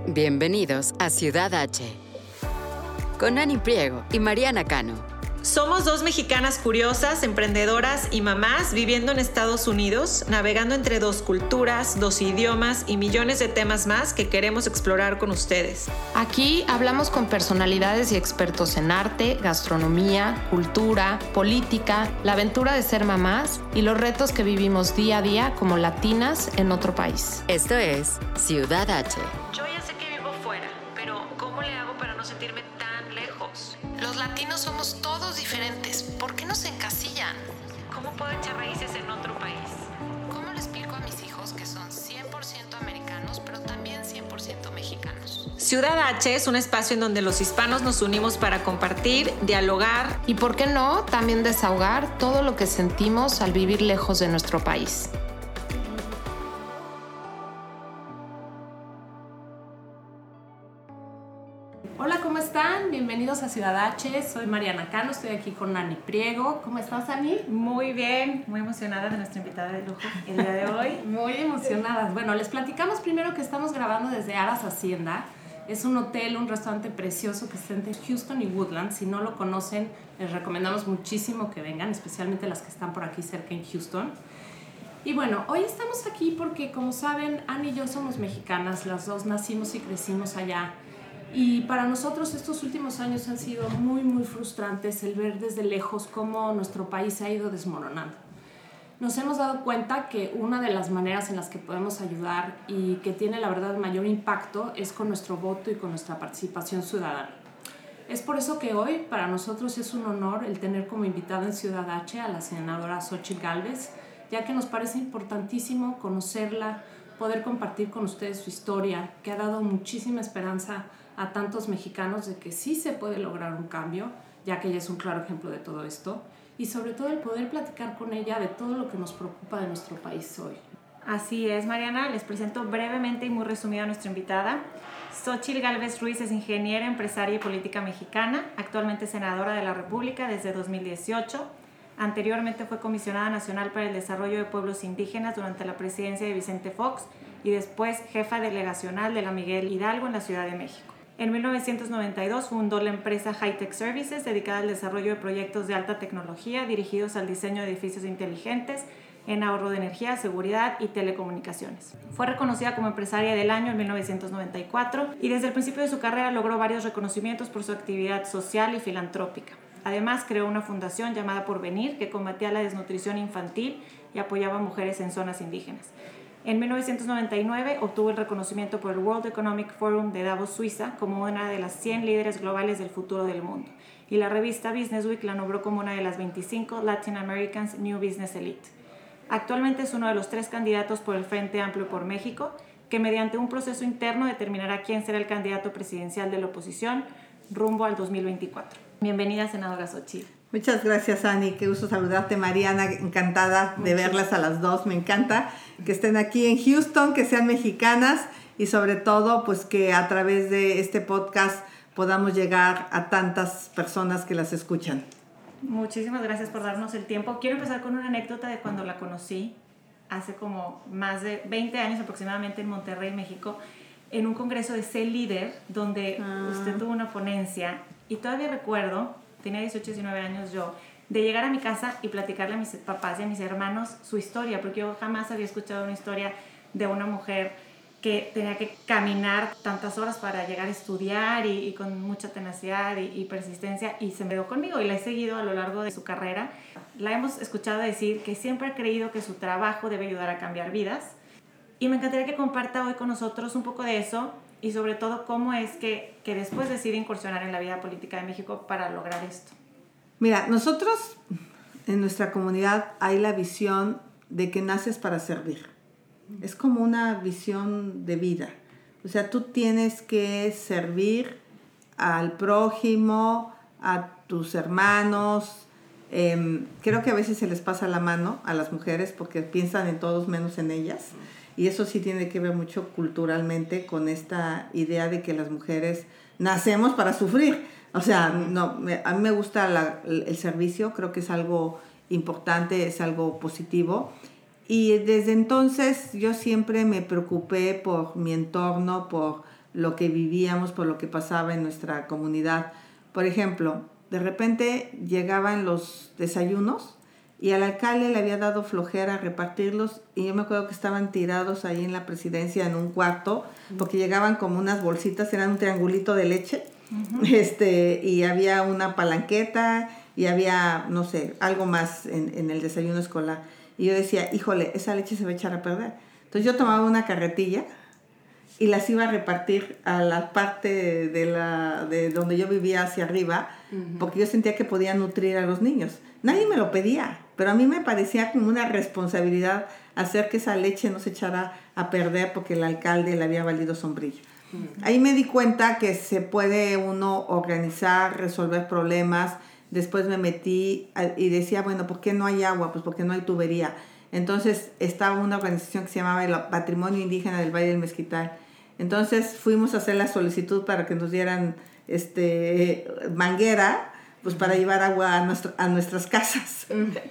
Bienvenidos a Ciudad H, con Ani Priego y Mariana Cano. Somos dos mexicanas curiosas, emprendedoras y mamás viviendo en Estados Unidos, navegando entre dos culturas, dos idiomas y millones de temas más que queremos explorar con ustedes. Aquí hablamos con personalidades y expertos en arte, gastronomía, cultura, política, la aventura de ser mamás y los retos que vivimos día a día como latinas en otro país. Esto es Ciudad H. Yo ya sé que vivo fuera, pero ¿cómo le hago para no sentirme tan lejos? Los latinos somos todos diferentes. ¿Por qué nos encasillan? ¿Cómo puedo echar raíces en otro país? ¿Cómo le explico a mis hijos que son 100% americanos, pero también 100% mexicanos? Ciudad H es un espacio en donde los hispanos nos unimos para compartir, dialogar Y por qué no, también desahogar todo lo que sentimos al vivir lejos de nuestro país. Hola, ¿cómo están? Bienvenidos a Ciudad H. Soy Mariana Cano, estoy aquí con Ani Priego. ¿Cómo estás, Ani? Muy bien, muy emocionada de nuestra invitada de lujo el día de hoy. Muy emocionadas. Bueno, les platicamos primero que estamos grabando desde Aras Hacienda. Es un hotel, un restaurante precioso que está entre Houston y Woodland. Si no lo conocen, les recomendamos muchísimo que vengan, especialmente las que están por aquí cerca en Houston. Y bueno, hoy estamos aquí porque, como saben, Ani y yo somos mexicanas. Las dos nacimos y crecimos allá. Y para nosotros estos últimos años han sido muy, muy frustrantes el ver desde lejos cómo nuestro país se ha ido desmoronando. Nos hemos dado cuenta que una de las maneras en las que podemos ayudar y que tiene la verdad mayor impacto es con nuestro voto y con nuestra participación ciudadana. Es por eso que hoy para nosotros es un honor el tener como invitada en Ciudad H a la senadora Xóchitl Gálvez, ya que nos parece importantísimo conocerla, poder compartir con ustedes su historia, que ha dado muchísima esperanza a tantos mexicanos de que sí se puede lograr un cambio, ya que ella es un claro ejemplo de todo esto, y sobre todo el poder platicar con ella de todo lo que nos preocupa de nuestro país hoy. Así es, Mariana. Les presento brevemente y muy resumida a nuestra invitada. Xóchitl Gálvez Ruiz es ingeniera, empresaria y política mexicana, actualmente senadora de la República desde 2018. Anteriormente fue comisionada nacional para el desarrollo de pueblos indígenas durante la presidencia de Vicente Fox y después jefa delegacional de la Miguel Hidalgo en la Ciudad de México. En 1992 fundó la empresa High-Tech Services, dedicada al desarrollo de proyectos de alta tecnología dirigidos al diseño de edificios inteligentes en ahorro de energía, seguridad y telecomunicaciones. Fue reconocida como empresaria del año en 1994 y desde el principio de su carrera logró varios reconocimientos por su actividad social y filantrópica. Además, creó una fundación llamada Porvenir que combatía la desnutrición infantil y apoyaba a mujeres en zonas indígenas. En 1999 obtuvo el reconocimiento por el World Economic Forum de Davos, Suiza, como una de las 100 líderes globales del futuro del mundo. Y la revista Business Week la nombró como una de las 25 Latin Americans New Business Elite. Actualmente es uno de los 3 candidatos por el Frente Amplio por México, que mediante un proceso interno determinará quién será el candidato presidencial de la oposición rumbo al 2024. Bienvenida, senadora Xóchitl. Muchas gracias, Ani. Qué gusto saludarte, Mariana. Encantada de verlas a las dos. Me encanta que estén aquí en Houston, que sean mexicanas y sobre todo, pues que a través de este podcast podamos llegar a tantas personas que las escuchan. Muchísimas gracias por darnos el tiempo. Quiero empezar con una anécdota de cuando la conocí, hace como más de 20 años aproximadamente en Monterrey, México, en un congreso de Sé Líder, donde usted tuvo una ponencia y todavía recuerdo, tenía 18, 19 años yo, de llegar a mi casa y platicarle a mis papás y a mis hermanos su historia, porque yo jamás había escuchado una historia de una mujer que tenía que caminar tantas horas para llegar a estudiar y con mucha tenacidad y persistencia, y se me quedó conmigo y la he seguido a lo largo de su carrera. La hemos escuchado decir que siempre ha creído que su trabajo debe ayudar a cambiar vidas, y me encantaría que comparta hoy con nosotros un poco de eso y sobre todo cómo es que después decide incursionar en la vida política de México para lograr esto. Mira, nosotros en nuestra comunidad hay la visión de que naces para servir. Es como una visión de vida. O sea, tú tienes que servir al prójimo, a tus hermanos. Creo que a veces se les pasa la mano a las mujeres porque piensan en todos menos en ellas. Y eso sí tiene que ver mucho culturalmente con esta idea de que las mujeres nacemos para sufrir. O sea, no, a mí me gusta el servicio, creo que es algo importante, es algo positivo. Y desde entonces yo siempre me preocupé por mi entorno, por lo que vivíamos, por lo que pasaba en nuestra comunidad. Por ejemplo, de repente llegaban los desayunos y al alcalde le había dado flojera repartirlos y yo me acuerdo que estaban tirados ahí en la presidencia en un cuarto porque llegaban como unas bolsitas, eran un triangulito de leche, y había una palanqueta y había, no sé, algo más en el desayuno escolar. Y yo decía, híjole, esa leche se va a echar a perder. Entonces yo tomaba una carretilla y las iba a repartir a la parte de donde yo vivía hacia arriba, porque yo sentía que podía nutrir a los niños. Nadie me lo pedía, pero a mí me parecía como una responsabilidad hacer que esa leche no se echara a perder porque el alcalde le había valido sombrilla. Ahí me di cuenta que se puede uno organizar, resolver problemas. Después me metí y decía, bueno, ¿por qué no hay agua? Pues porque no hay tubería. Entonces estaba una organización que se llamaba el Patrimonio Indígena del Valle del Mezquital. Entonces fuimos a hacer la solicitud para que nos dieran manguera, pues para llevar agua a nuestras casas.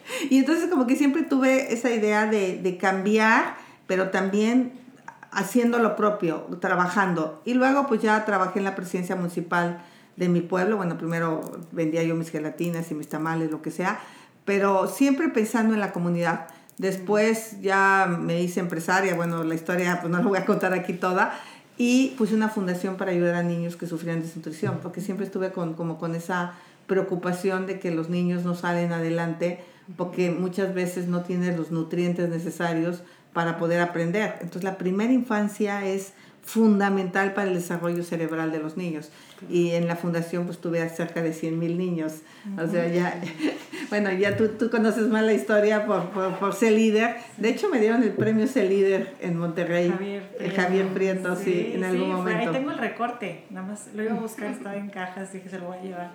Y entonces como que siempre tuve esa idea de cambiar, pero también haciendo lo propio, trabajando. Y luego pues ya trabajé en la presidencia municipal de mi pueblo. Bueno, primero vendía yo mis gelatinas y mis tamales, lo que sea, pero siempre pensando en la comunidad. Después ya me hice empresaria, bueno, la historia pues no la voy a contar aquí toda, y puse una fundación para ayudar a niños que sufrían desnutrición, porque siempre estuve con esa preocupación de que los niños no salen adelante porque muchas veces no tienen los nutrientes necesarios para poder aprender. Entonces la primera infancia es fundamental para el desarrollo cerebral de los niños. Y en la fundación pues tuve cerca de 100,000 niños. O sea, ya, bueno, ya tú conoces más la historia por ser líder. De hecho, me dieron el premio Ser Líder en Monterrey. Javier Prieto, sí, en algún momento. Ahí tengo el recorte, nada más lo iba a buscar, estaba en cajas, dije se lo voy a llevar,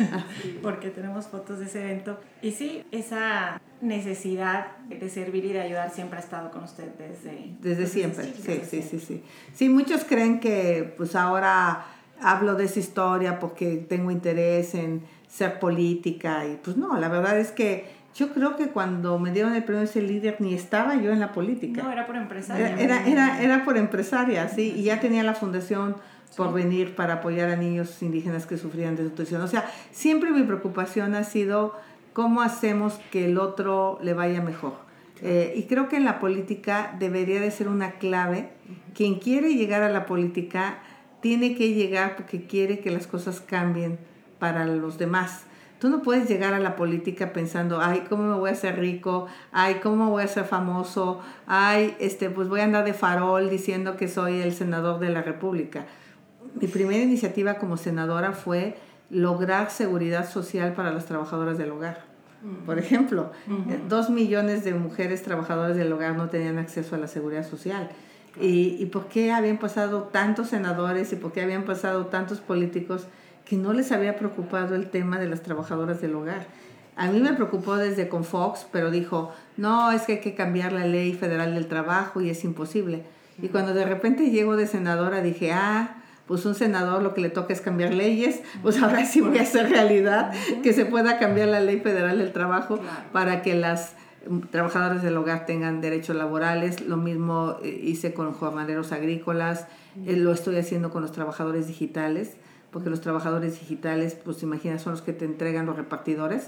porque tenemos fotos de ese evento. Y sí, esa necesidad de servir y de ayudar siempre ha estado con usted desde siempre. Sí. Sí, muchos creen que pues ahora hablo de esa historia porque tengo interés en ser política y pues no, la verdad es que yo creo que cuando me dieron el premio de Ser Líder ni estaba yo en la política. No, era por empresaria. Era por empresaria, sí, y ya tenía la fundación Porvenir para apoyar a niños indígenas que sufrían desnutrición. O sea, siempre mi preocupación ha sido cómo hacemos que el otro le vaya mejor. Y creo que en la política debería de ser una clave. Quien quiere llegar a la política tiene que llegar porque quiere que las cosas cambien para los demás. Tú no puedes llegar a la política pensando, ay, ¿cómo me voy a hacer rico? Ay, ¿cómo voy a ser famoso? Ay, pues voy a andar de farol diciendo que soy el senador de la República. Mi primera iniciativa como senadora fue lograr seguridad social para las trabajadoras del hogar. Por ejemplo, 2 millones de mujeres trabajadoras del hogar no tenían acceso a la seguridad social. ¿Y por qué habían pasado tantos senadores y por qué habían pasado tantos políticos que no les había preocupado el tema de las trabajadoras del hogar? A mí me preocupó desde con Fox, pero dijo, no, es que hay que cambiar la ley federal del trabajo y es imposible. Y cuando de repente llego de senadora dije, pues un senador lo que le toca es cambiar leyes, pues ahora sí voy a hacer realidad que se pueda cambiar la ley federal del trabajo para que las trabajadoras del hogar tengan derechos laborales. Lo mismo hice con jornaleros agrícolas, lo estoy haciendo con los trabajadores digitales, porque los trabajadores digitales, pues imagina, son los que te entregan los repartidores,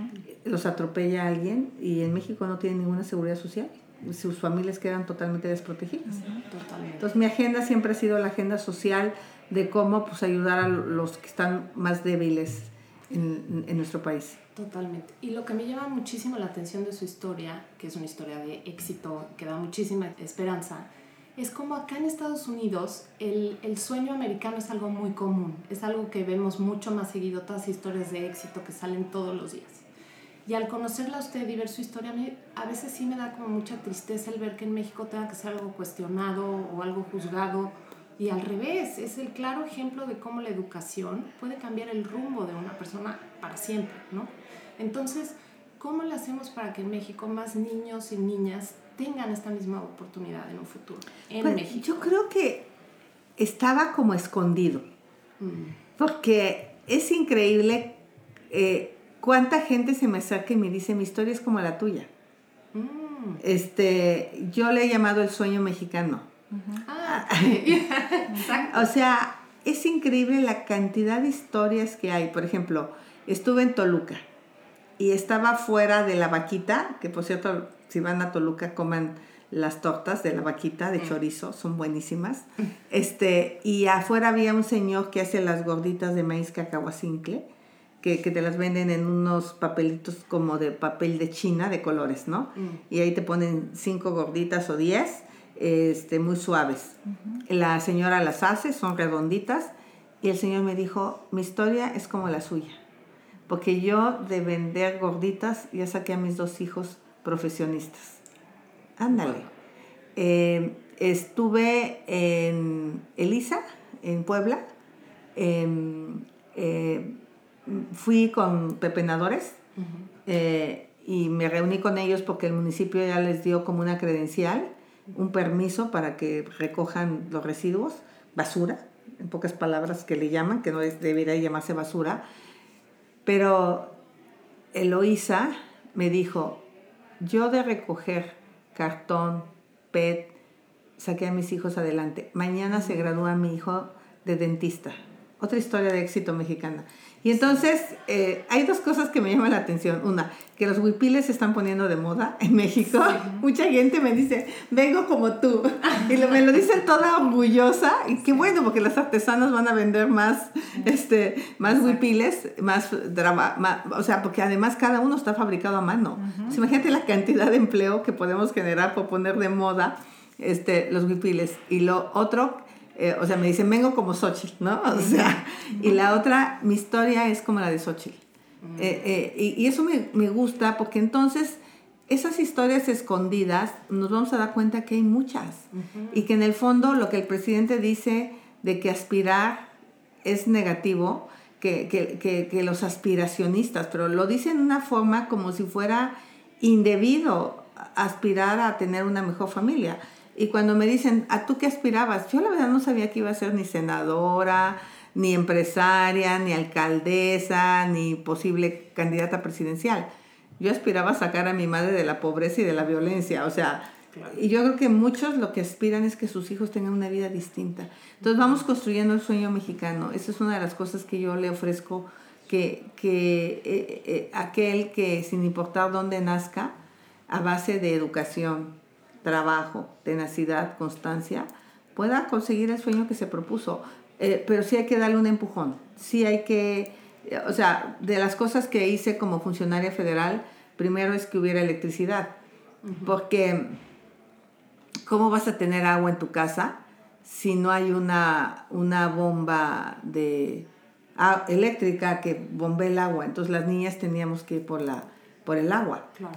los atropella alguien y en México no tienen ninguna seguridad social. Sus familias quedan totalmente desprotegidas. Totalmente. Entonces mi agenda siempre ha sido la agenda social de cómo pues ayudar a los que están más débiles en nuestro país. Totalmente. Y lo que me llama muchísimo la atención de su historia, que es una historia de éxito, que da muchísima esperanza, es como acá en Estados Unidos el sueño americano es algo muy común, es algo que vemos mucho más seguido, todas historias de éxito que salen todos los días. Y al conocerla a usted y ver su historia, a veces sí me da como mucha tristeza el ver que en México tenga que ser algo cuestionado o algo juzgado. Y al revés, es el claro ejemplo de cómo la educación puede cambiar el rumbo de una persona para siempre, ¿no? Entonces, ¿cómo le hacemos para que en México más niños y niñas tengan esta misma oportunidad en un futuro? En México. Yo creo que estaba como escondido. Porque es increíble cuánta gente se me acerca y me dice, mi historia es como la tuya. Yo le he llamado el sueño mexicano. Exacto. O sea, es increíble la cantidad de historias que hay. Por ejemplo, estuve en Toluca y estaba fuera de la vaquita, que por cierto, si van a Toluca, coman las tortas de la vaquita de chorizo, son buenísimas. Y afuera había un señor que hace las gorditas de maíz cacahuacincle, que te las venden en unos papelitos como de papel de China de colores, ¿no? Y ahí te ponen 5 gorditas o 10, muy suaves. La señora las hace, son redonditas, y el señor me dijo, mi historia es como la suya, porque yo de vender gorditas ya saqué a mis 2 hijos profesionistas. Ándale. Estuve en Elisa, en Puebla, fui con pepenadores y me reuní con ellos porque el municipio ya les dio como una credencial, un permiso para que recojan los residuos, basura, en pocas palabras que le llaman, que no debería llamarse basura. Pero Eloísa me dijo, yo de recoger cartón, PET, saqué a mis hijos adelante. Mañana se gradúa mi hijo de dentista. Otra historia de éxito mexicana. Y entonces, hay 2 cosas que me llaman la atención. Una, que los huipiles se están poniendo de moda en México. Sí. Mucha gente me dice, vengo como tú. Y me lo dicen toda orgullosa. Y qué bueno, porque las artesanas van a vender más huipiles, o sea, porque además cada uno está fabricado a mano. Pues imagínate la cantidad de empleo que podemos generar por poner de moda los huipiles. Y lo otro... o sea, me dicen, vengo como Xochitl, ¿no? O sea, y la otra, mi historia es como la de Xochitl. Y eso me gusta porque entonces esas historias escondidas nos vamos a dar cuenta que hay muchas. Y que en el fondo lo que el presidente dice de que aspirar es negativo, que los aspiracionistas, pero lo dice en una forma como si fuera indebido aspirar a tener una mejor familia. Y cuando me dicen, ¿a tú qué aspirabas? Yo la verdad no sabía que iba a ser ni senadora, ni empresaria, ni alcaldesa, ni posible candidata presidencial. Yo aspiraba a sacar a mi madre de la pobreza y de la violencia. O sea, claro. Y yo creo que muchos lo que aspiran es que sus hijos tengan una vida distinta. Entonces vamos construyendo el sueño mexicano. Esa es una de las cosas que yo le ofrezco, que aquel que sin importar dónde nazca, a base de educación, trabajo, tenacidad, constancia, pueda conseguir el sueño que se propuso. Pero sí hay que darle un empujón. Sí hay que... O sea, de las cosas que hice como funcionaria federal, primero es que hubiera electricidad. Porque ¿cómo vas a tener agua en tu casa si no hay una bomba eléctrica que bombee el agua? Entonces las niñas teníamos que ir por el agua. Claro.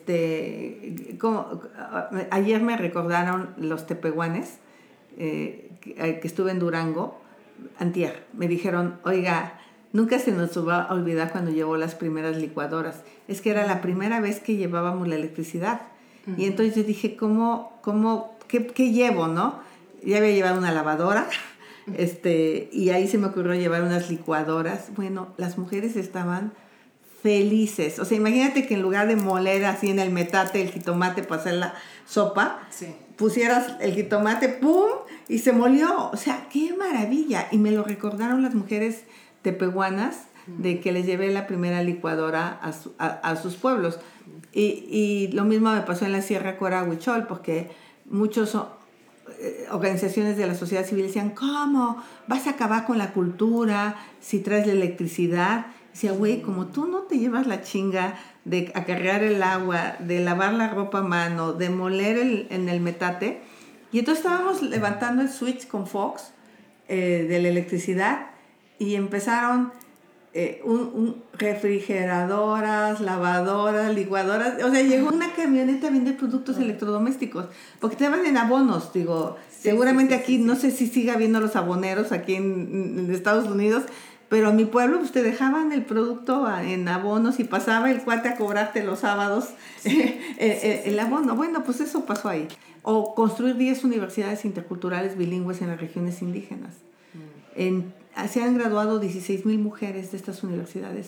Ayer me recordaron los tepehuanes, que estuve en Durango, antier. Me dijeron, oiga, nunca se nos va a olvidar cuando llevó las primeras licuadoras. Es que era la primera vez que llevábamos la electricidad. Y entonces yo dije, ¿qué llevo, no? Ya había llevado una lavadora, y ahí se me ocurrió llevar unas licuadoras. Bueno, las mujeres estaban felices. O sea, imagínate que en lugar de moler así en el metate el jitomate para hacer la sopa, sí, pusieras el jitomate, ¡pum!, y se molió. O sea, ¡qué maravilla! Y me lo recordaron las mujeres tepehuanas de que les llevé la primera licuadora a sus pueblos. Y lo mismo me pasó en la Sierra Cora Huichol, porque muchas organizaciones de la sociedad civil decían, ¿cómo vas a acabar con la cultura si traes la electricidad? Decía, güey, como tú no te llevas la chinga de acarrear el agua, de lavar la ropa a mano, de moler en el metate. Y entonces estábamos levantando el switch con Fox de la electricidad y empezaron refrigeradoras, lavadoras, licuadoras. O sea, llegó una camioneta a vender productos electrodomésticos, porque te daban en abonos, digo. Sí, seguramente sí, aquí, no sé si siga habiendo los aboneros aquí en Estados Unidos, pero en mi pueblo pues te dejaban el producto en abonos y pasaba el cuate a cobrarte los sábados el abono. Bueno, pues eso pasó ahí. O construir 10 universidades interculturales bilingües en las regiones indígenas. Se han graduado 16,000 mujeres de estas universidades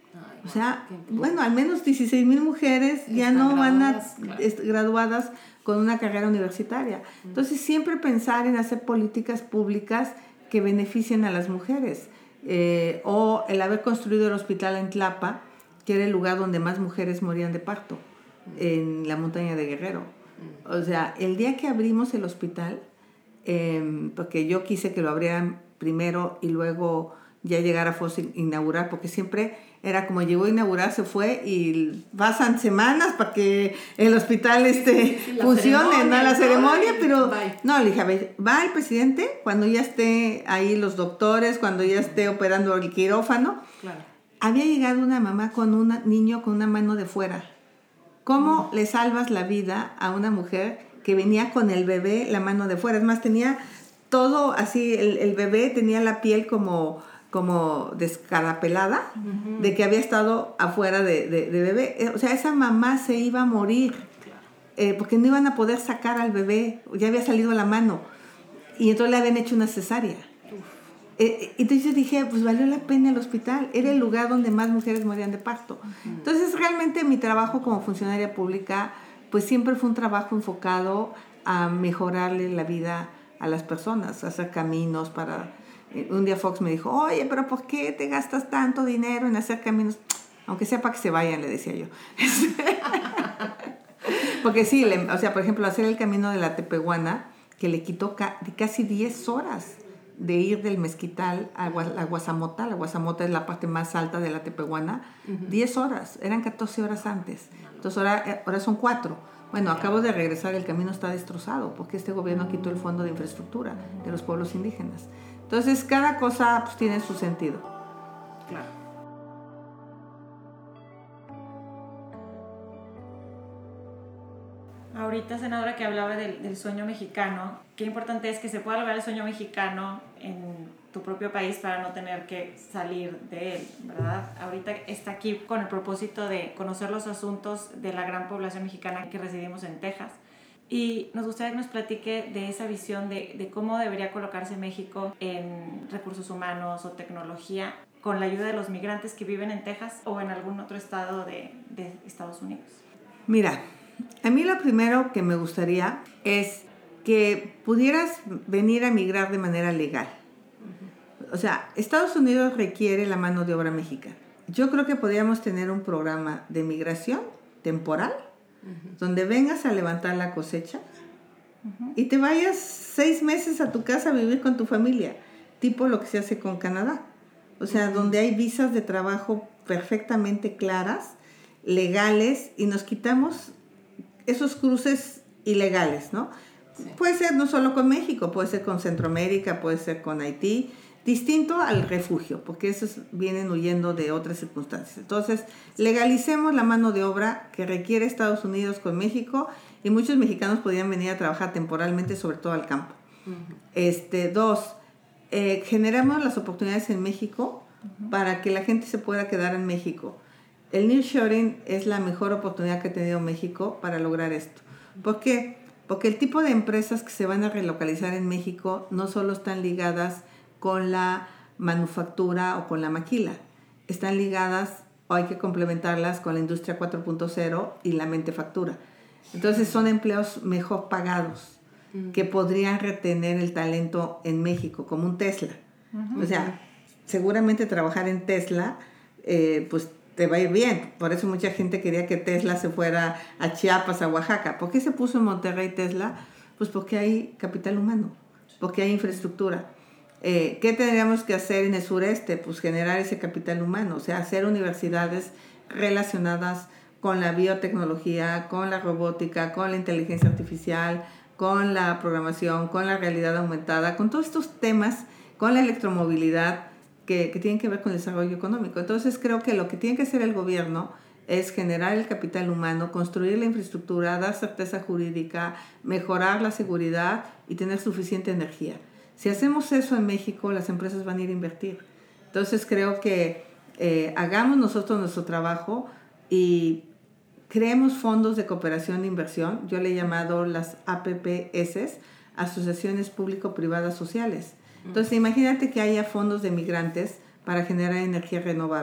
O sea, bueno, al menos 16,000 mujeres ya no van a graduadas con una carrera universitaria. Entonces, siempre pensar en hacer políticas públicas que beneficien a las mujeres. O el haber construido el hospital en Tlapa, que era el lugar donde más mujeres morían de parto, en la montaña de Guerrero. O sea, el día que abrimos el hospital, porque yo quise que lo abrieran primero y luego ya llegar a Foz inaugurar, porque siempre era como llegó a inaugurar, se fue y pasan semanas para que el hospital funcione, ¿no? La ceremonia, pero no, le dije, a ver, va el presidente cuando ya esté ahí los doctores, cuando ya esté operando el quirófano. Claro. Había llegado una mamá con un niño con una mano de fuera. ¿Cómo le salvas la vida a una mujer que venía con el bebé la mano de fuera? Es más, tenía todo así, el bebé tenía la piel como descarapelada, de que había estado afuera de bebé. O sea, esa mamá se iba a morir, porque no iban a poder sacar al bebé, ya había salido la mano, y entonces le habían hecho una cesárea. Entonces yo dije, pues valió la pena el hospital, era el lugar donde más mujeres morían de parto. Entonces realmente mi trabajo como funcionaria pública, pues siempre fue un trabajo enfocado a mejorarle la vida a las personas, hacer caminos para... Un día Fox me dijo, oye, pero ¿por qué te gastas tanto dinero en hacer caminos? Aunque sea para que se vayan, le decía yo. Porque sí, o sea, por ejemplo, hacer el camino de la Tepehuana, que le quitó casi 10 horas de ir del Mezquital a Guazamota. La Guazamota es la parte más alta de la Tepehuana. 10 horas, eran 14 horas antes. Entonces ahora son 4. Bueno, acabo de regresar, el camino está destrozado porque este gobierno quitó el fondo de infraestructura de los pueblos indígenas. Entonces, cada cosa pues, tiene su sentido. Claro. Ahorita, senadora, que hablaba del sueño mexicano, qué importante es que se pueda lograr el sueño mexicano en tu propio país para no tener que salir de él, ¿verdad? Ahorita está aquí con el propósito de conocer los asuntos de la gran población mexicana que residimos en Texas. Y nos gustaría que nos platique de esa visión de cómo debería colocarse México en recursos humanos o tecnología con la ayuda de los migrantes que viven en Texas o en algún otro estado de Estados Unidos. Mira, a mí lo primero que me gustaría es que pudieras venir a migrar de manera legal. O sea, Estados Unidos requiere la mano de obra mexicana. Yo creo que podríamos tener un programa de migración temporal donde vengas a levantar la cosecha y te vayas 6 meses a tu casa a vivir con tu familia, tipo lo que se hace con Canadá. O sea, donde hay visas de trabajo perfectamente claras, legales, y nos quitamos esos cruces ilegales, ¿no? Sí. Puede ser no solo con México, puede ser con Centroamérica, puede ser con Haití, distinto al refugio, porque esos vienen huyendo de otras circunstancias. Entonces, legalicemos la mano de obra que requiere Estados Unidos con México, y muchos mexicanos podrían venir a trabajar temporalmente, sobre todo al campo. 2, generemos las oportunidades en México para que la gente se pueda quedar en México. El nearshoring es la mejor oportunidad que ha tenido México para lograr esto. ¿Por qué? Porque el tipo de empresas que se van a relocalizar en México no solo están ligadas con la manufactura o con la maquila, están ligadas, o hay que complementarlas con la industria 4.0 y la mentefactura. Entonces son empleos mejor pagados que podrían retener el talento en México, como un Tesla. O sea, seguramente trabajar en Tesla, pues te va a ir bien. Por eso mucha gente quería que Tesla se fuera a Chiapas, a Oaxaca. ¿Por qué se puso en Monterrey Tesla? Pues porque hay capital humano, porque hay infraestructura. ¿Qué tendríamos que hacer en el sureste? Pues generar ese capital humano, o sea, hacer universidades relacionadas con la biotecnología, con la robótica, con la inteligencia artificial, con la programación, con la realidad aumentada, con todos estos temas, con la electromovilidad que tienen que ver con el desarrollo económico. Entonces creo que lo que tiene que hacer el gobierno es generar el capital humano, construir la infraestructura, dar certeza jurídica, mejorar la seguridad y tener suficiente energía. Si hacemos eso en México, las empresas van a ir a invertir. Entonces creo que hagamos nosotros nuestro trabajo y creemos fondos de cooperación de inversión. Yo le he llamado las APPS, Asociaciones Público-Privadas Sociales. Entonces imagínate que haya fondos de migrantes para generar energía renovable,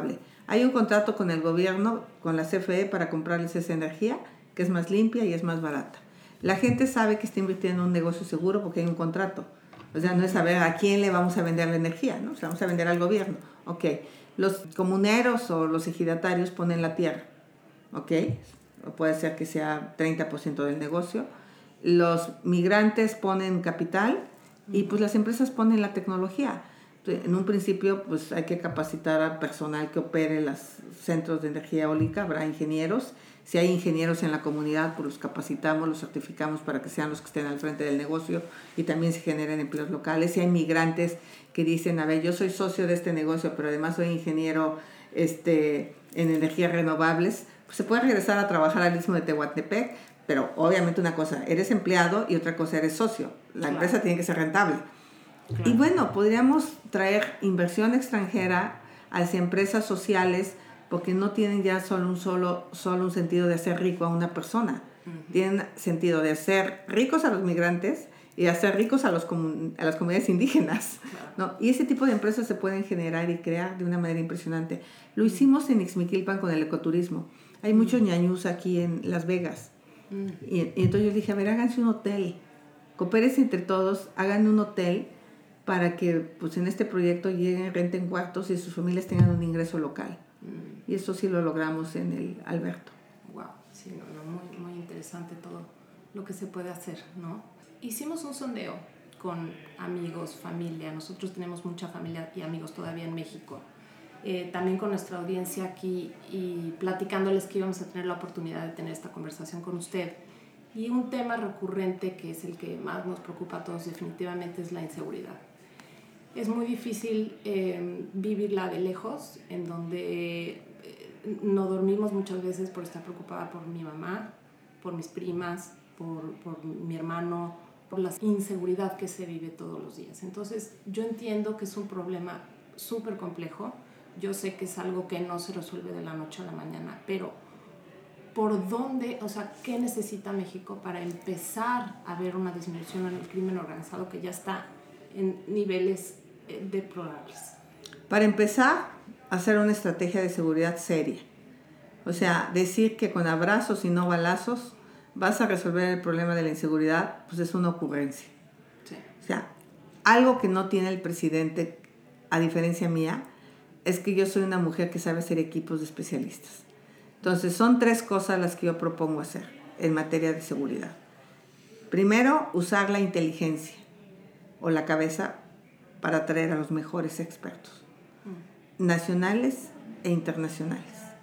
Hay un contrato con el gobierno, con la CFE, para comprarles esa energía, que es más limpia y es más barata. La gente sabe que está invirtiendo en un negocio seguro porque hay un contrato. O sea, no es saber a quién le vamos a vender la energía, ¿no? O sea, vamos a vender al gobierno. Ok. Los comuneros o los ejidatarios ponen la tierra. Ok. Puede ser que sea 30% del negocio. Los migrantes ponen capital y pues las empresas ponen la tecnología. En un principio pues hay que capacitar a personal que opere los centros de energía eólica, habrá ingenieros. Si hay ingenieros en la comunidad, pues los capacitamos, los certificamos para que sean los que estén al frente del negocio y también se generen empleos locales. Si hay migrantes que dicen, a ver, yo soy socio de este negocio, pero además soy ingeniero en energías renovables, pues se puede regresar a trabajar al Istmo de Tehuantepec, pero obviamente una cosa, eres empleado y otra cosa, eres socio. La empresa tiene que ser rentable. Claro. Y bueno, podríamos traer inversión extranjera hacia empresas sociales porque no tienen ya solo un sentido de hacer rico a una persona. Uh-huh. Tienen sentido de hacer ricos a los migrantes y de hacer ricos a las comunidades indígenas, ¿no? Y ese tipo de empresas se pueden generar y crear de una manera impresionante. Lo hicimos en Ixmiquilpan con el ecoturismo. Hay muchos ñañús aquí en Las Vegas. Y entonces yo dije, a ver, háganse un hotel. Coopérense entre todos, hagan un hotel para que pues, en este proyecto lleguen, renten cuartos y sus familias tengan un ingreso local. Y eso sí lo logramos en el Alberto. Wow, sí, muy, muy interesante todo lo que se puede hacer, ¿no? Hicimos un sondeo con amigos, familia. Nosotros tenemos mucha familia y amigos todavía en México. También con nuestra audiencia aquí y platicándoles que íbamos a tener la oportunidad de tener esta conversación con usted. Y un tema recurrente que es el que más nos preocupa a todos definitivamente es la inseguridad. Es muy difícil vivirla de lejos, en donde no dormimos muchas veces por estar preocupada por mi mamá, por mis primas, por mi hermano, por la inseguridad que se vive todos los días. Entonces, yo entiendo que es un problema súper complejo. Yo sé que es algo que no se resuelve de la noche a la mañana, pero ¿por dónde, o sea, qué necesita México para empezar a ver una disminución en el crimen organizado que ya está en niveles deplorables? Para empezar, hacer una estrategia de seguridad seria. O sea, decir que con abrazos y no balazos vas a resolver el problema de la inseguridad, pues es una ocurrencia. Sí. O sea, algo que no tiene el presidente, a diferencia mía, es que yo soy una mujer que sabe hacer equipos de especialistas. Entonces, son 3 cosas las que yo propongo hacer en materia de seguridad. Primero, usar la inteligencia o la cabeza para atraer a los mejores expertos, nacionales e internacionales.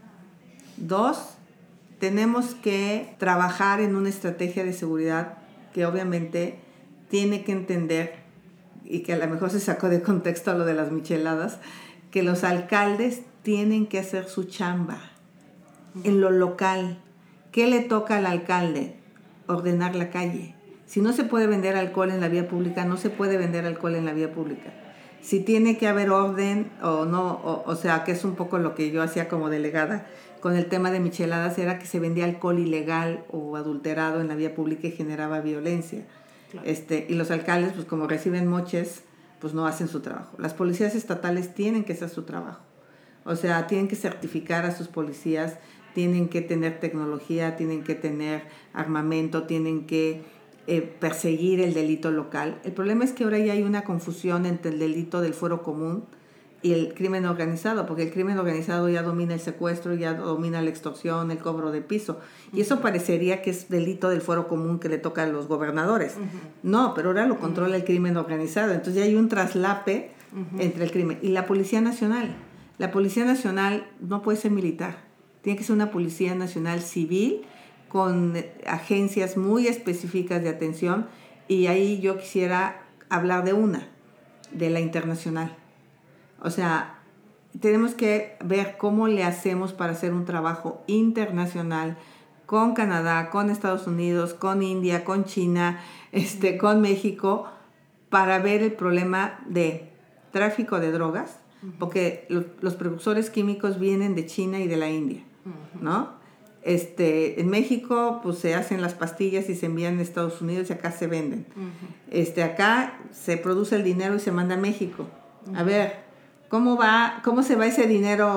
2, tenemos que trabajar en una estrategia de seguridad que obviamente tiene que entender, y que a lo mejor se sacó de contexto lo de las micheladas, que los alcaldes tienen que hacer su chamba en lo local. ¿Qué le toca al alcalde? Ordenar la calle. Si no se puede vender alcohol en la vía pública, no se puede vender alcohol en la vía pública. Si tiene que haber orden o no, o sea, que es un poco lo que yo hacía como delegada con el tema de micheladas, era que se vendía alcohol ilegal o adulterado en la vía pública y generaba violencia. Claro. Y los alcaldes, pues como reciben moches, pues no hacen su trabajo. Las policías estatales tienen que hacer su trabajo. O sea, tienen que certificar a sus policías, tienen que tener tecnología, tienen que tener armamento, tienen que perseguir el delito local. El problema es que ahora ya hay una confusión entre el delito del fuero común y el crimen organizado, porque el crimen organizado ya domina el secuestro, ya domina la extorsión, el cobro de piso. Y eso parecería que es delito del fuero común que le toca a los gobernadores. No, pero ahora lo controla el crimen organizado. Entonces ya hay un traslape entre el crimen. Y la Policía Nacional. La Policía Nacional no puede ser militar. Tiene que ser una Policía Nacional civil con agencias muy específicas de atención. Y ahí yo quisiera hablar de la internacional. O sea, tenemos que ver cómo le hacemos para hacer un trabajo internacional con Canadá, con Estados Unidos, con India, con China, con México, para ver el problema de tráfico de drogas, porque los precursores químicos vienen de China y de la India, ¿no? En México pues se hacen las pastillas y se envían a Estados Unidos y acá se venden. Acá se produce el dinero y se manda a México. A ver, ¿cómo se va ese dinero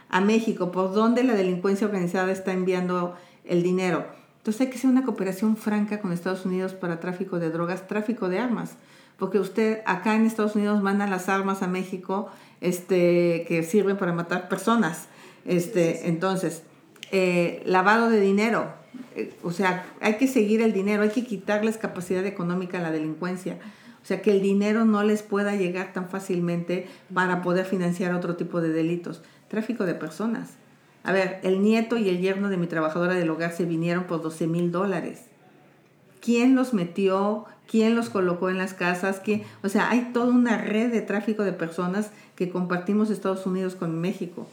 a México, por dónde la delincuencia organizada está enviando el dinero. Entonces hay que hacer una cooperación franca con Estados Unidos para tráfico de drogas, tráfico de armas, porque usted acá en Estados Unidos manda las armas a México que sirven para matar personas. Entonces, lavado de dinero, o sea, hay que seguir el dinero, hay que quitarles capacidad económica a la delincuencia. O sea, que el dinero no les pueda llegar tan fácilmente para poder financiar otro tipo de delitos. Tráfico de personas. A ver, el nieto y el yerno de mi trabajadora del hogar se vinieron por $12,000. ¿Quién los metió? ¿Quién los colocó en las casas? O sea, hay toda una red de tráfico de personas que compartimos Estados Unidos con México.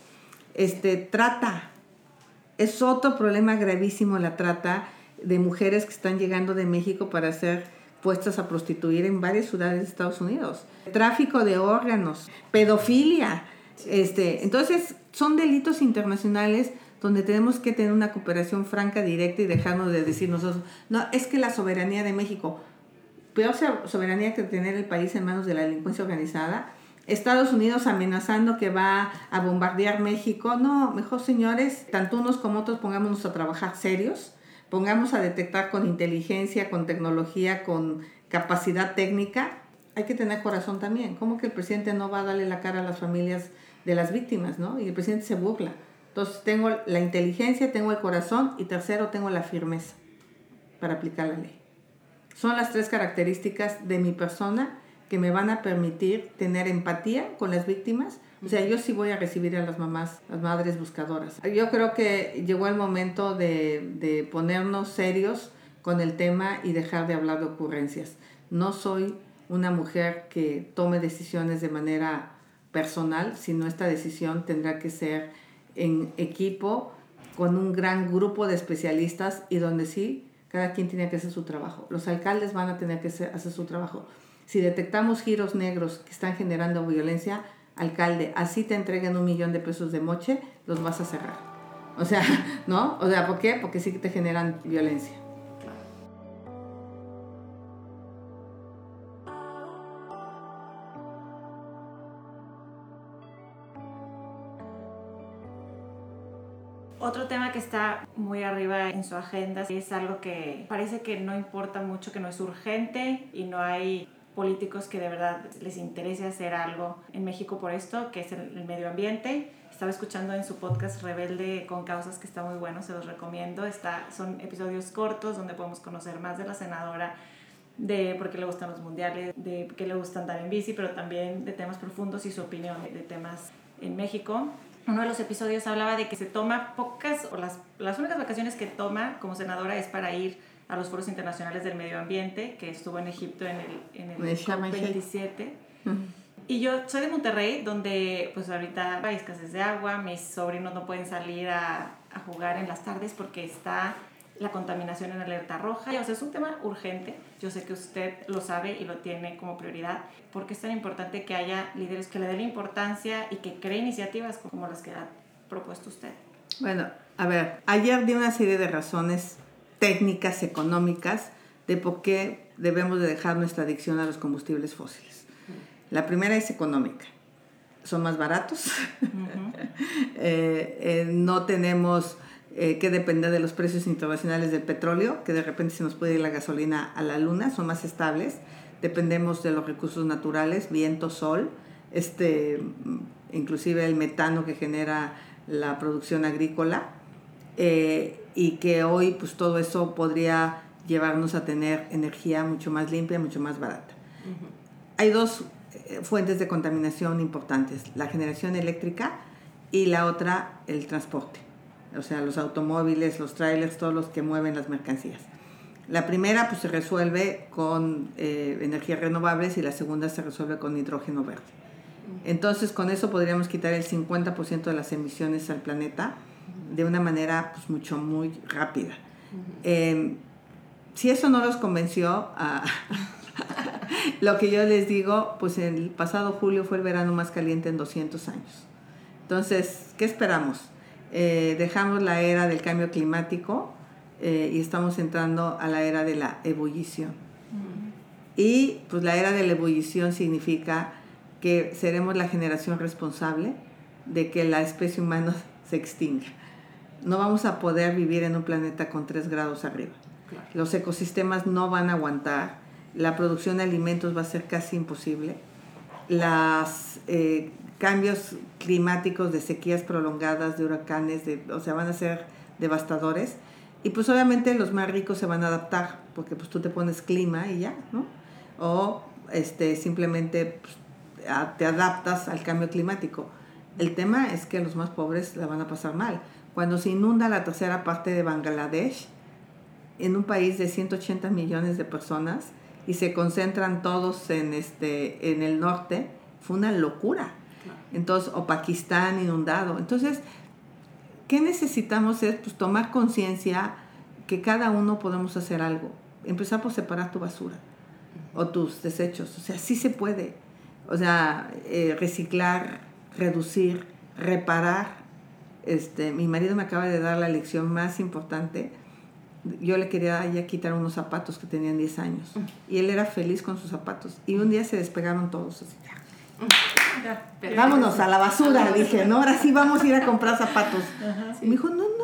Trata. Es otro problema gravísimo, la trata de mujeres que están llegando de México para ser puestas a prostituir en varias ciudades de Estados Unidos. Tráfico de órganos, pedofilia. Entonces, son delitos internacionales donde tenemos que tener una cooperación franca, directa y dejarnos de decir nosotros, no, es que la soberanía de México, peor soberanía que tener el país en manos de la delincuencia organizada, Estados Unidos amenazando que va a bombardear México. No, mejor señores, tanto unos como otros pongámonos a trabajar serios, pongamos a detectar con inteligencia, con tecnología, con capacidad técnica. Hay que tener corazón también. ¿Cómo que el presidente no va a darle la cara a las familias de las víctimas, no? Y el presidente se burla. Entonces tengo la inteligencia, tengo el corazón y tercero, tengo la firmeza para aplicar la ley. Son las 3 características de mi persona que me van a permitir tener empatía con las víctimas. O sea, yo sí voy a recibir a las mamás, las madres buscadoras. Yo creo que llegó el momento de ponernos serios con el tema y dejar de hablar de ocurrencias. No soy una mujer que tome decisiones de manera personal, sino esta decisión tendrá que ser en equipo, con un gran grupo de especialistas y donde sí, cada quien tiene que hacer su trabajo. Los alcaldes van a tener que hacer su trabajo. Si detectamos giros negros que están generando violencia, alcalde, así te entreguen $1 millón de moche, los vas a cerrar. O sea, ¿no? O sea, ¿por qué? Porque sí que te generan violencia. Otro tema que está muy arriba en su agenda es algo que parece que no importa mucho, que no es urgente y no hay políticos que de verdad les interese hacer algo en México por esto, que es el medio ambiente. Estaba escuchando en su podcast Rebelde con Causas, que está muy bueno, se los recomiendo. Son episodios cortos donde podemos conocer más de la senadora, de por qué le gustan los mundiales, de por qué le gusta andar en bici, pero también de temas profundos y su opinión de temas en México. Uno de los episodios hablaba de que se toma pocas, o las únicas vacaciones que toma como senadora es para ir a los foros internacionales del medio ambiente, que estuvo en Egipto en el COP27. Y yo soy de Monterrey, donde pues ahorita hay escasez de agua, mis sobrinos no pueden salir a jugar en las tardes porque está la contaminación en alerta roja. O sea, es un tema urgente. Yo sé que usted lo sabe y lo tiene como prioridad. ¿Por qué es tan importante que haya líderes que le den importancia y que creen iniciativas como las que ha propuesto usted? Bueno, a ver, ayer di una serie de razones técnicas, económicas, de por qué debemos de dejar nuestra adicción a los combustibles fósiles. La primera es económica. Son más baratos. No tenemos que depender de los precios internacionales del petróleo, que de repente se nos puede ir la gasolina a la luna, son más estables. Dependemos de los recursos naturales, viento, sol, inclusive el metano que genera la producción agrícola, y que hoy pues todo eso podría llevarnos a tener energía mucho más limpia, mucho más barata. Hay 2 fuentes de contaminación importantes, la generación eléctrica y la otra, el transporte. O sea, los automóviles, los trailers, todos los que mueven las mercancías. La primera pues se resuelve con energías renovables y la segunda se resuelve con hidrógeno verde. Entonces, con eso podríamos quitar el 50% de las emisiones al planeta de una manera pues muy rápida. Si eso no los convenció, lo que yo les digo, pues el pasado julio fue el verano más caliente en 200 años. Entonces, ¿qué esperamos? Dejamos la era del cambio climático y estamos entrando a la era de la ebullición. Y pues la era de la ebullición significa que seremos la generación responsable de que la especie humana se extinga. No vamos a poder vivir en un planeta con 3 grados arriba. Claro. Los ecosistemas no van a aguantar, la producción de alimentos va a ser casi imposible, los cambios climáticos de sequías prolongadas, de huracanes, van a ser devastadores, y pues obviamente los más ricos se van a adaptar, porque pues tú te pones clima y ya, ¿no? O simplemente pues, te adaptas al cambio climático. El tema es que los más pobres la van a pasar mal. Cuando se inunda la tercera parte de Bangladesh, en un país de 180 millones de personas, y se concentran todos en el norte, fue una locura. Entonces, o Pakistán inundado. Entonces, ¿qué necesitamos? Es pues, tomar conciencia que cada uno podemos hacer algo. Empezar por separar tu basura o tus desechos. O sea, sí se puede. O sea, reciclar, reducir, reparar. Mi marido me acaba de dar la lección más importante. Yo le quería ya quitar unos zapatos que tenían 10 años. Y él era feliz con sus zapatos. Y un día se despegaron todos. Así, vámonos a la basura, dije, ¿no? Ahora sí vamos a ir a comprar zapatos. Ajá, sí. Y me dijo, no.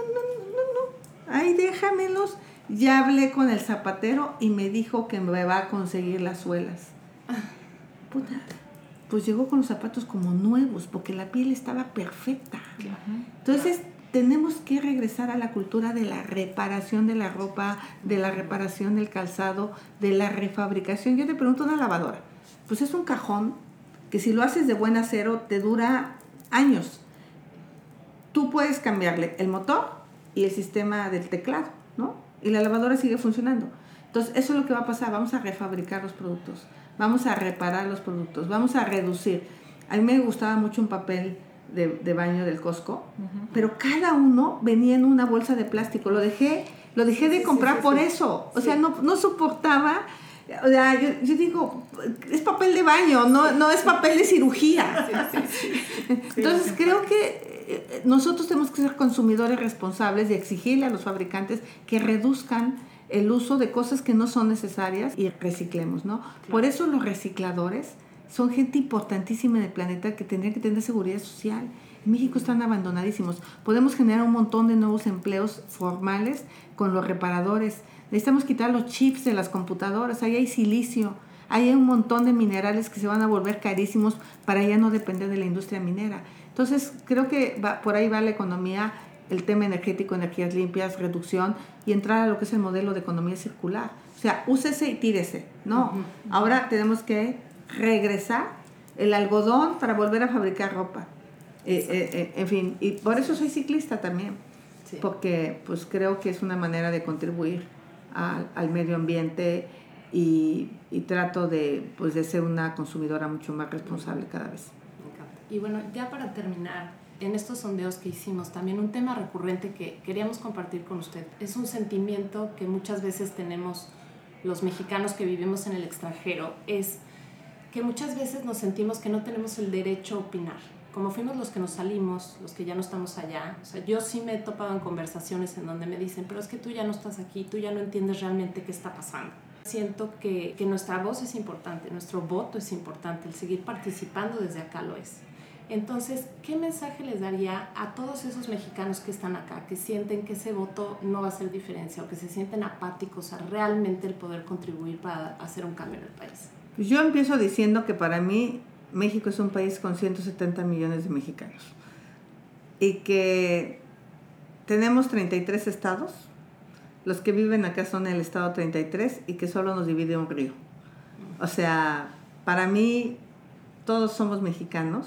Ay, déjamelos. Ya hablé con el zapatero y me dijo que me va a conseguir las suelas. Puta. Pues llegó con los zapatos como nuevos, porque la piel estaba perfecta. Entonces, tenemos que regresar a la cultura de la reparación de la ropa, de la reparación del calzado, de la refabricación. Yo te pregunto, una lavadora. Pues es un cajón que si lo haces de buen acero te dura años. Tú puedes cambiarle el motor y el sistema del teclado, ¿no? Y la lavadora sigue funcionando. Entonces, eso es lo que va a pasar. Vamos a refabricar los productos. Vamos a reparar los productos. Vamos a reducir. A mí me gustaba mucho un papel de baño del Costco, pero cada uno venía en una bolsa de plástico. Lo dejé de comprar por eso. O sea, no soportaba. O sea, yo digo, es papel de baño, no es papel de cirugía. Entonces, creo que nosotros tenemos que ser consumidores responsables y exigirle a los fabricantes que reduzcan el uso de cosas que no son necesarias y reciclemos, ¿no? Claro. Por eso los recicladores son gente importantísima en el planeta que tendría que tener seguridad social. En México están abandonadísimos. Podemos generar un montón de nuevos empleos formales con los reparadores. Necesitamos quitar los chips de las computadoras. Ahí hay silicio. Ahí hay un montón de minerales que se van a volver carísimos para ya no depender de la industria minera. Entonces, creo que por ahí va la economía, el tema energético, energías limpias, reducción y entrar a lo que es el modelo de economía circular. O sea, úsese y tírese. No, ahora tenemos que regresar el algodón para volver a fabricar ropa. En fin, y por eso soy ciclista también, porque pues creo que es una manera de contribuir al medio ambiente y trato de ser una consumidora mucho más responsable cada vez. Me encanta. Y bueno, ya para terminar, en estos sondeos que hicimos, también un tema recurrente que queríamos compartir con usted es un sentimiento que muchas veces tenemos los mexicanos que vivimos en el extranjero, es que muchas veces nos sentimos que no tenemos el derecho a opinar. Como fuimos los que nos salimos, los que ya no estamos allá. O sea, yo sí me he topado en conversaciones en donde me dicen, pero es que tú ya no estás aquí, tú ya no entiendes realmente qué está pasando. Siento que nuestra voz es importante, nuestro voto es importante, el seguir participando desde acá lo es. Entonces, ¿qué mensaje les daría a todos esos mexicanos que están acá, que sienten que ese voto no va a hacer diferencia o que se sienten apáticos a realmente el poder contribuir para hacer un cambio en el país? Yo empiezo diciendo que para mí México es un país con 170 millones de mexicanos y que tenemos 33 estados. Los que viven acá son el estado 33 y que solo nos divide un río. O sea, para mí todos somos mexicanos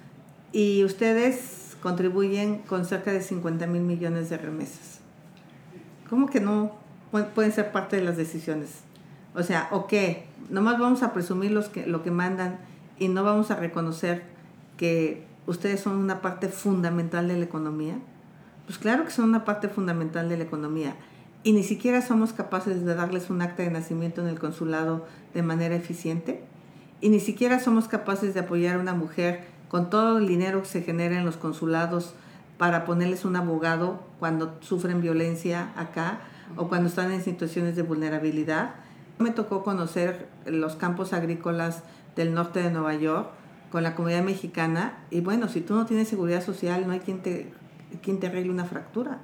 y ustedes contribuyen con cerca de 50,000 millones de remesas. ¿Cómo que no pueden ser parte de las decisiones? O sea, ¿o qué? Nomás vamos a presumir lo que mandan y no vamos a reconocer que ustedes son una parte fundamental de la economía. Pues claro que son una parte fundamental de la economía y ni siquiera somos capaces de darles un acta de nacimiento en el consulado de manera eficiente y ni siquiera somos capaces de apoyar a una mujer con todo el dinero que se genera en los consulados para ponerles un abogado cuando sufren violencia acá o cuando están en situaciones de vulnerabilidad. Me tocó conocer los campos agrícolas del norte de Nueva York con la comunidad mexicana, y bueno, si tú no tienes seguridad social, no hay quien te arregle una fractura,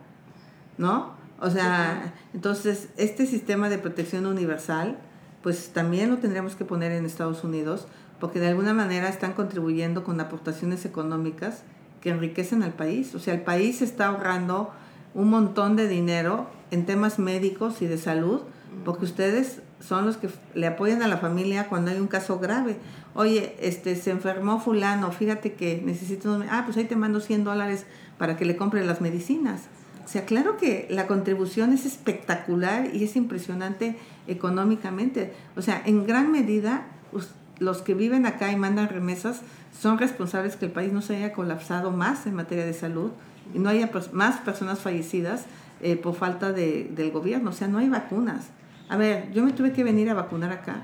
¿no? O sea, entonces, este sistema de protección universal, pues también lo tendríamos que poner en Estados Unidos, porque de alguna manera están contribuyendo con aportaciones económicas que enriquecen al país. O sea, el país está ahorrando un montón de dinero en temas médicos y de salud, porque ustedes son los que le apoyan a la familia cuando hay un caso grave. Oye, se enfermó fulano, fíjate que necesito... pues ahí te mando $100 para que le compre las medicinas. O sea, claro que la contribución es espectacular y es impresionante económicamente. O sea, en gran medida, los que viven acá y mandan remesas son responsables que el país no se haya colapsado más en materia de salud y no haya más personas fallecidas por falta del gobierno. O sea, no hay vacunas. A ver, yo me tuve que venir a vacunar acá.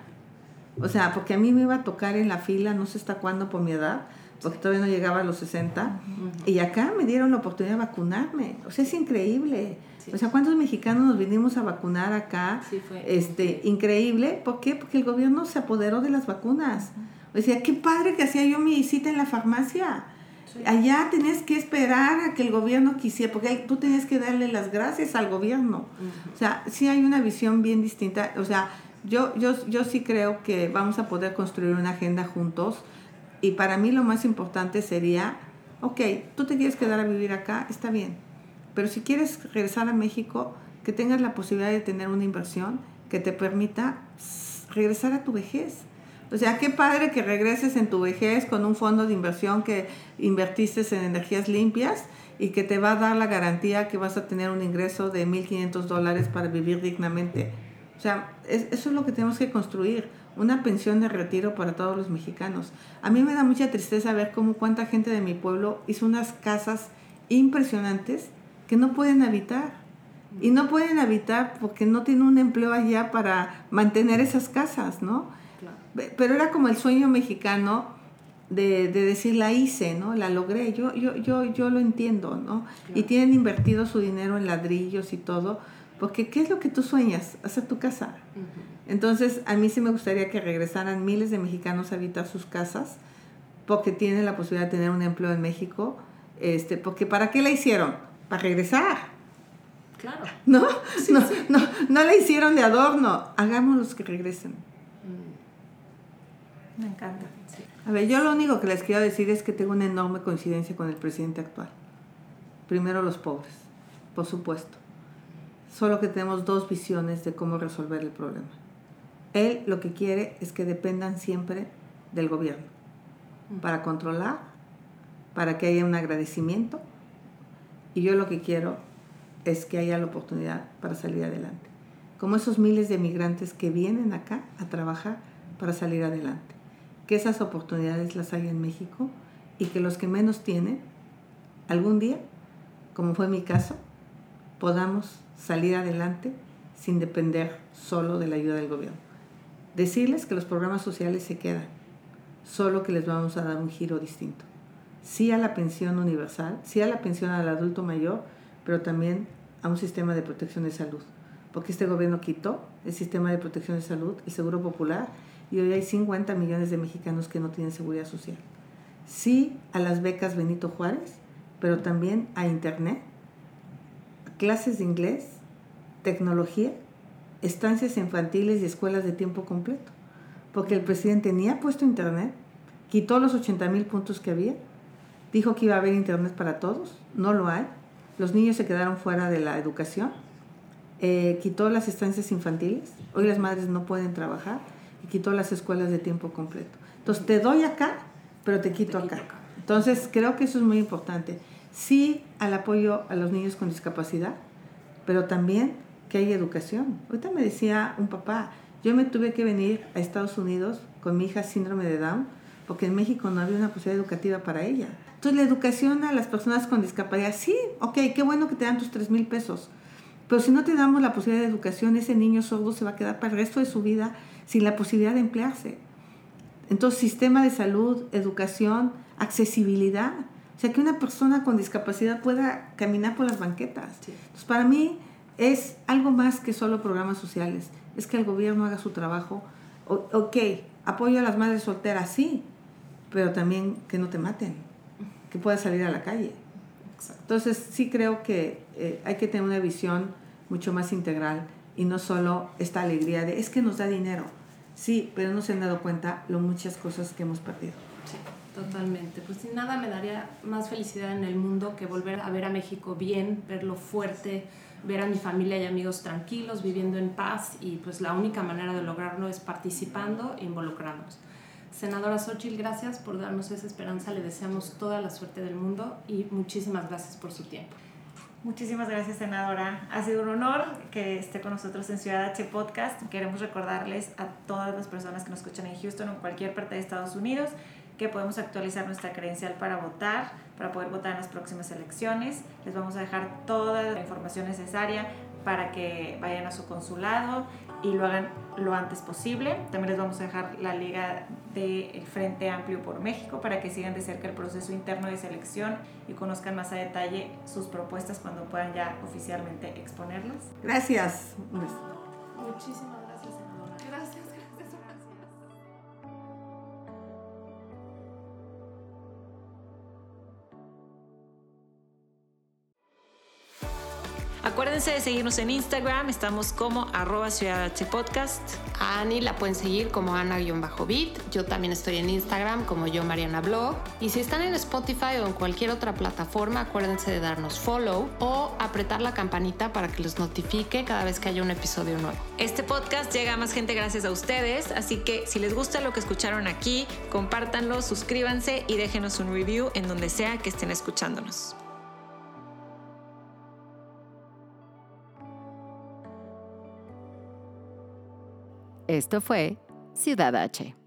O sea, porque a mí me iba a tocar en la fila, no sé hasta cuándo por mi edad, porque todavía no llegaba a los 60. Y acá me dieron la oportunidad de vacunarme. O sea, es increíble. Sí. O sea, ¿cuántos mexicanos nos vinimos a vacunar acá? Sí, fue increíble. ¿Por qué? Porque el gobierno se apoderó de las vacunas. O sea, qué padre que hacía yo mi cita en la farmacia. Sí. Allá tenías que esperar a que el gobierno quisiera, porque tú tenías que darle las gracias al gobierno. O sea, sí hay una visión bien distinta. O sea, yo sí creo que vamos a poder construir una agenda juntos. Y para mí lo más importante sería, ok, tú te quieres quedar a vivir acá, está bien. Pero si quieres regresar a México, que tengas la posibilidad de tener una inversión que te permita regresar a tu vejez. O sea, qué padre que regreses en tu vejez con un fondo de inversión que invertiste en energías limpias y que te va a dar la garantía que vas a tener un ingreso de $1,500 para vivir dignamente. O sea, eso es lo que tenemos que construir, una pensión de retiro para todos los mexicanos. A mí me da mucha tristeza ver cuánta gente de mi pueblo hizo unas casas impresionantes que no pueden habitar. Y no pueden habitar porque no tienen un empleo allá para mantener esas casas, ¿no? Claro. Pero era como el sueño mexicano de decir, la hice, ¿no? La logré, yo lo entiendo, ¿no? Claro. Y tienen invertido su dinero en ladrillos y todo, porque ¿qué es lo que tú sueñas? Hacer tu casa. Uh-huh. Entonces, a mí sí me gustaría que regresaran miles de mexicanos a habitar sus casas, porque tienen la posibilidad de tener un empleo en México, porque ¿para qué la hicieron? Para regresar. Claro. ¿No? Sí, no, sí. No la hicieron de adorno. Hagámoslos que regresen. Me encanta. Sí. A ver, yo lo único que les quiero decir es que tengo una enorme coincidencia con el presidente actual. Primero los pobres, por supuesto. Solo que tenemos dos visiones de cómo resolver el problema. Él lo que quiere es que dependan siempre del gobierno para controlar, para que haya un agradecimiento. Y yo lo que quiero es que haya la oportunidad para salir adelante. Como esos miles de migrantes que vienen acá a trabajar para salir adelante. Que esas oportunidades las haya en México y que los que menos tienen, algún día, como fue mi caso, podamos salir adelante sin depender solo de la ayuda del gobierno. Decirles que los programas sociales se quedan, solo que les vamos a dar un giro distinto. Sí a la pensión universal, sí a la pensión al adulto mayor, pero también a un sistema de protección de salud. Porque este gobierno quitó el sistema de protección de salud, el Seguro Popular, y hoy hay 50 millones de mexicanos que no tienen seguridad social. Sí a las becas Benito Juárez, pero también a internet, a clases de inglés, tecnología, estancias infantiles y escuelas de tiempo completo. Porque el presidente ni ha puesto internet, quitó los 80,000 puntos que había, dijo que iba a haber internet para todos, no lo hay. Los niños se quedaron fuera de la educación, quitó las estancias infantiles, hoy las madres no pueden trabajar, y quitó las escuelas de tiempo completo. Entonces te doy acá, pero te quito acá. Entonces creo que eso es muy importante. Sí al apoyo a los niños con discapacidad, pero también que haya educación. Ahorita me decía un papá, yo me tuve que venir a Estados Unidos con mi hija síndrome de Down, porque en México no había una posibilidad educativa para ella. Entonces la educación a las personas con discapacidad, sí, ok, qué bueno que te dan tus 3,000 pesos, pero si no te damos la posibilidad de educación, ese niño sordo se va a quedar para el resto de su vida sin la posibilidad de emplearse. Entonces, sistema de salud, educación, accesibilidad, o sea, que una persona con discapacidad pueda caminar por las banquetas. Sí. Entonces, para mí es algo más que solo programas sociales, es que el gobierno haga su trabajo. Ok, apoyo a las madres solteras, sí, pero también que no te maten, que puedas salir a la calle. Exacto. Entonces sí creo que hay que tener una visión mucho más integral y no solo esta alegría de es que nos da dinero. Sí, pero no se han dado cuenta lo muchas cosas que hemos perdido. Sí, totalmente. Pues sin nada me daría más felicidad en el mundo que volver a ver a México bien, verlo fuerte, ver a mi familia y amigos tranquilos, viviendo en paz, y pues la única manera de lograrlo es participando e involucrándonos. Senadora Xóchitl, gracias por darnos esa esperanza, le deseamos toda la suerte del mundo y muchísimas gracias por su tiempo. Muchísimas gracias, senadora. Ha sido un honor que esté con nosotros en Ciudad H Podcast. Queremos recordarles a todas las personas que nos escuchan en Houston o en cualquier parte de Estados Unidos que podemos actualizar nuestra credencial para votar, para poder votar en las próximas elecciones. Les vamos a dejar toda la información necesaria para que vayan a su consulado y lo hagan lo antes posible. También les vamos a dejar la liga del Frente Amplio por México para que sigan de cerca el proceso interno de selección y conozcan más a detalle sus propuestas cuando puedan ya oficialmente exponerlas. Gracias. Muchísimas gracias, senadora. Gracias. Acuérdense de seguirnos en Instagram, estamos como @ciudadhpodcast. A Ani la pueden seguir como Ana-Bit. Yo también estoy en Instagram como yo Mariana Blog. Y si están en Spotify o en cualquier otra plataforma, acuérdense de darnos follow o apretar la campanita para que los notifique cada vez que haya un episodio nuevo. Este podcast llega a más gente gracias a ustedes, así que si les gusta lo que escucharon aquí, compártanlo, suscríbanse y déjenos un review en donde sea que estén escuchándonos. Esto fue Ciudad H.